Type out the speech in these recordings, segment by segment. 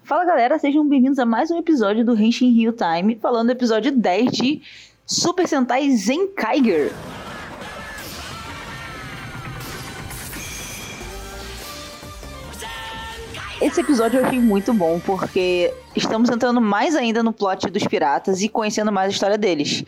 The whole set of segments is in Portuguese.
Fala galera, sejam bem-vindos a mais um episódio do Henshin Hill Time, falando do episódio 10 de Super Sentai Zenkaiger. Esse episódio eu achei muito bom, porque estamos entrando mais ainda no plot dos piratas e conhecendo mais a história deles.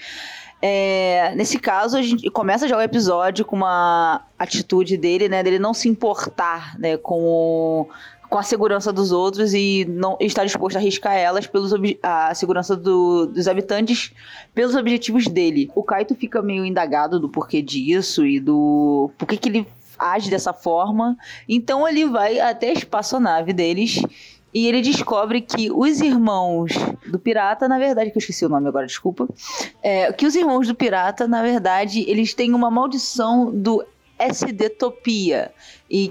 Nesse caso, a gente começa já o episódio com uma atitude dele, né, dele não se importar, né, com a segurança dos outros e não estar disposto a arriscar elas a segurança dos habitantes pelos objetivos dele. O Kaito fica meio indagado do porquê disso e do porquê que ele age dessa forma. Então ele vai até a espaçonave deles e ele descobre que os irmãos do pirata, na verdade, que eu esqueci o nome agora, desculpa, que os irmãos do pirata, na verdade, eles têm uma maldição do SD-topia e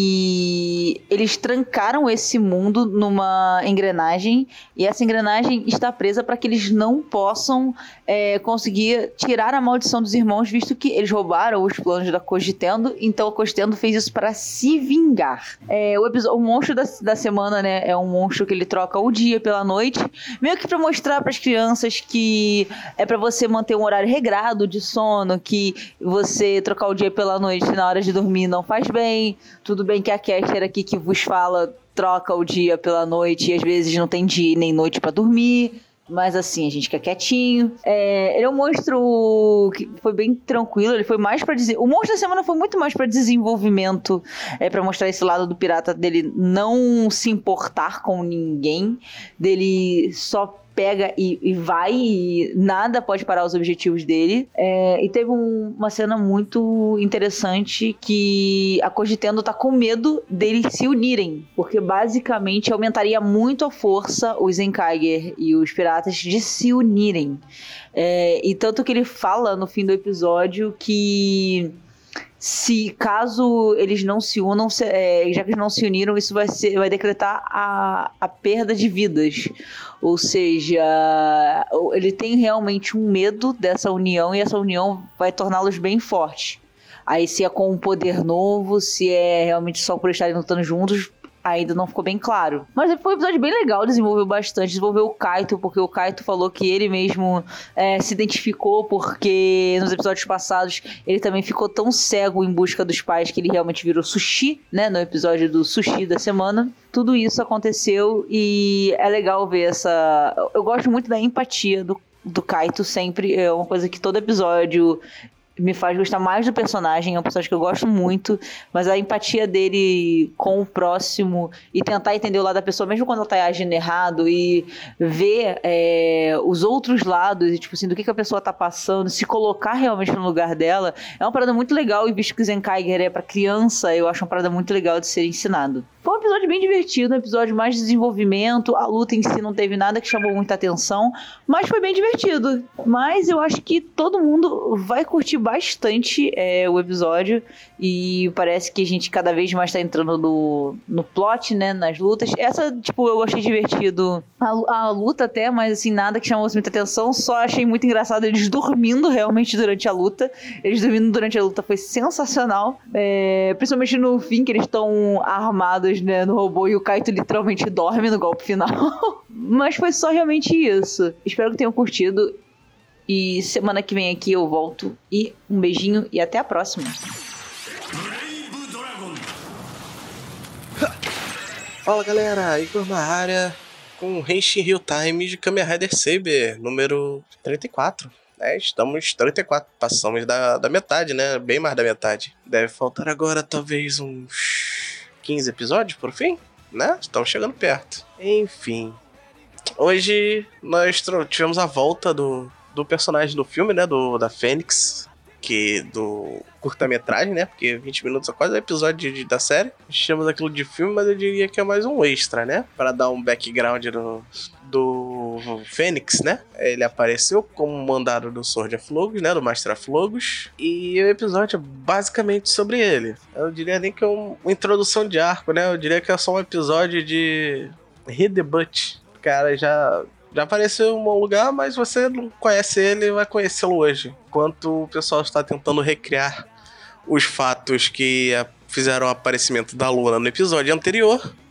que eles trancaram esse mundo numa engrenagem e essa engrenagem está presa para que eles não possam conseguir tirar a maldição dos irmãos, visto que eles roubaram os planos da Kojitendo, então a Kojitendo fez isso para se vingar. O monstro da semana, né, é um monstro que ele troca o dia pela noite, meio que para mostrar para as crianças que é para você manter um horário regrado de sono, que você trocar o dia pela noite na hora de dormir não faz bem. Tudo bem que a caster aqui que vos fala troca o dia pela noite e às vezes não tem dia nem noite pra dormir, mas assim, a gente fica quietinho. Ele é um monstro que foi bem tranquilo, ele foi mais pra dizer... O monstro da semana foi muito mais pra desenvolvimento, pra mostrar esse lado do pirata, dele não se importar com ninguém, dele só pega e vai, e nada pode parar os objetivos dele. E teve uma cena muito interessante que a Kojitendo tá com medo deles se unirem, porque basicamente aumentaria muito a força os Zenkaiger e os piratas de se unirem. E tanto que ele fala no fim do episódio que caso eles não se unam, já que eles não se uniram, isso vai decretar a perda de vidas. Ou seja, ele tem realmente um medo dessa união e essa união vai torná-los bem fortes. Aí se é com um poder novo, se é realmente só por estarem lutando juntos, ainda não ficou bem claro. Mas foi um episódio bem legal, desenvolveu bastante. Desenvolveu o Kaito, porque o Kaito falou que ele mesmo se identificou, porque nos episódios passados ele também ficou tão cego em busca dos pais que ele realmente virou sushi, né? No episódio do sushi da semana. Tudo isso aconteceu e é legal ver essa... Eu gosto muito da empatia do Kaito sempre. É uma coisa que todo episódio me faz gostar mais do personagem. É um personagem que eu gosto muito, mas a empatia dele com o próximo e tentar entender o lado da pessoa, mesmo quando ela tá agindo errado, e ver os outros lados, e tipo assim, do que a pessoa tá passando, se colocar realmente no lugar dela, é uma parada muito legal. E visto que o Zenkaiger é pra criança, eu acho uma parada muito legal de ser ensinado. Foi um episódio bem divertido, um episódio mais de desenvolvimento. A luta em si não teve nada que chamou muita atenção, mas foi bem divertido. Mas eu acho que todo mundo vai curtir bastante o episódio, e parece que a gente cada vez mais tá entrando no plot, né, nas lutas. Essa, tipo, eu achei divertido a luta até, mas assim, nada que chamou muita atenção. Só achei muito engraçado eles dormindo realmente durante a luta. Eles dormindo durante a luta foi sensacional, principalmente no fim, que eles estão armados, né, no robô, e o Kaito literalmente dorme no golpe final. Mas foi só realmente isso. Espero que tenham curtido. E semana que vem aqui eu volto. E um beijinho e até a próxima. Fala galera, Igor na área com o Henshin Hill Time de Kamen Rider Saber, número 34. Estamos 34, passamos da metade, né? Bem mais da metade. Deve faltar agora talvez uns 15 episódios por fim, né? Estamos chegando perto. Enfim, hoje nós tivemos a volta do personagem do filme, né, da Fênix, do curta-metragem, né, porque 20 minutos é quase um episódio da série. Chamamos aquilo de filme, mas eu diria que é mais um extra, né, para dar um background do Fênix, né. Ele apareceu como mandado do Sword of Logos, né, do Master of Logos, e o episódio é basicamente sobre ele. Eu diria nem que é uma introdução de arco, né, eu diria que é só um episódio de redebut. O cara já apareceu em um lugar, mas você não conhece ele e vai conhecê-lo hoje. Enquanto o pessoal está tentando recriar os fatos que fizeram o aparecimento da Luna no episódio anterior,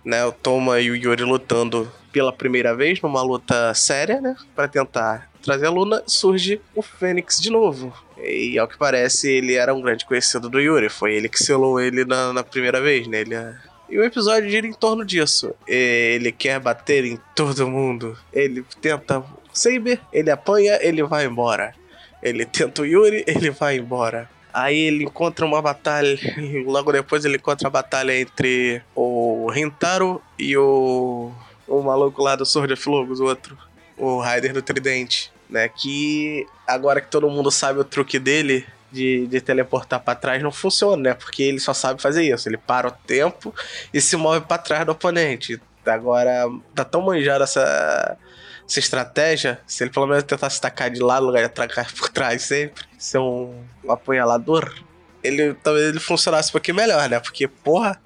né, o Toma e o Yuri lutando pela primeira vez, numa luta séria, né, pra tentar trazer a Luna, surge o Fênix de novo. E ao que parece, ele era um grande conhecido do Yuri, foi ele que selou ele na primeira vez, né, E o episódio gira em torno disso. Ele quer bater em todo mundo, ele tenta Saber, ele apanha, ele vai embora. Ele tenta o Yuri, ele vai embora. Aí ele encontra uma batalha, logo depois ele encontra a batalha entre o Rintaro e o maluco lá do Sword of Logos, o outro, o Raider do Tridente, né? Que agora que todo mundo sabe o truque dele de teleportar pra trás, não funciona, né? Porque ele só sabe fazer isso, ele para o tempo e se move pra trás do oponente. Agora tá tão manjada essa estratégia, se ele pelo menos tentar se tacar de lado, no lugar de atacar por trás sempre, ser um apunhalador, talvez ele funcionasse um pouquinho melhor, né? Porque, porra,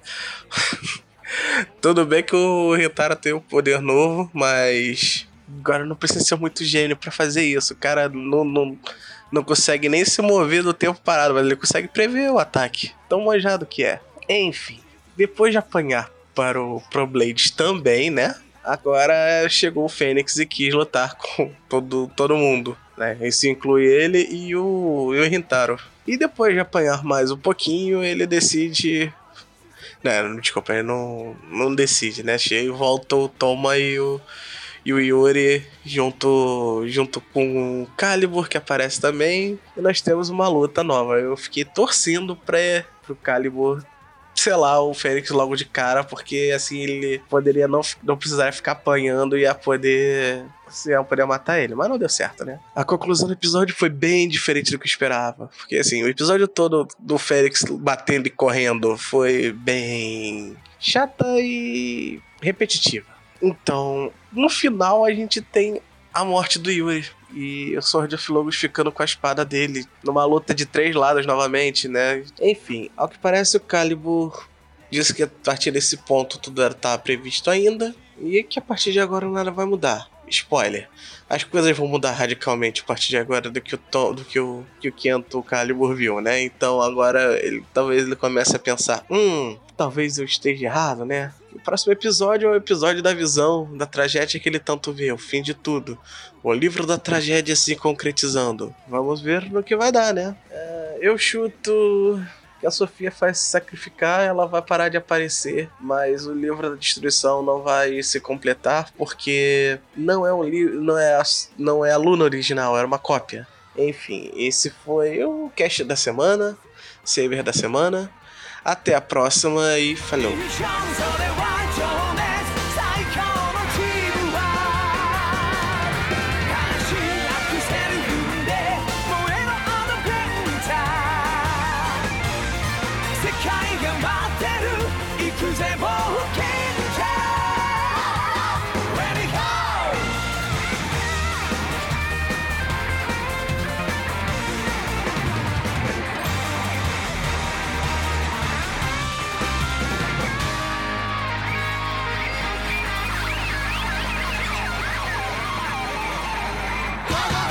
tudo bem que o Rintaro tem um poder novo, mas agora não precisa ser muito gênio pra fazer isso. O cara não consegue nem se mover do tempo parado, mas ele consegue prever o ataque. Tão manjado que é. Enfim, depois de apanhar para o Pro Blades também, né? Agora chegou o Fênix e quis lutar com todo mundo, né? Isso inclui ele e o Rintaro. E depois de apanhar mais um pouquinho, ele decide... Desculpa, ele não decide, né? Chega e volta o Toma e o Yuri junto com o Calibur, que aparece também. E nós temos uma luta nova. Eu fiquei torcendo pro Calibur, sei lá, o Fênix logo de cara, porque assim ele poderia não precisar ficar apanhando e ia poder matar ele, mas não deu certo, né? A conclusão do episódio foi bem diferente do que eu esperava, porque assim, o episódio todo do Fênix batendo e correndo foi bem chata e repetitiva. Então, no final a gente tem a morte do Yuri e o Sword of Logos ficando com a espada dele numa luta de 3 lados novamente, né? Enfim, ao que parece o Calibur disse que a partir desse ponto tudo estava previsto ainda e que a partir de agora nada vai mudar. Spoiler, as coisas vão mudar radicalmente a partir de agora do que o Kento, o Calibur viu, né? Então agora talvez ele comece a pensar, talvez eu esteja errado, né? O próximo episódio é o episódio da visão, da tragédia que ele tanto vê, o fim de tudo. O livro da tragédia se concretizando. Vamos ver no que vai dar, né? Eu chuto que a Sofia faz se sacrificar, ela vai parar de aparecer, mas o livro da destruição não vai se completar, porque não é um livro, não é a Luna original, era uma cópia. Enfim, esse foi o cast da semana, Saber da semana. Até a próxima e falou! Come on!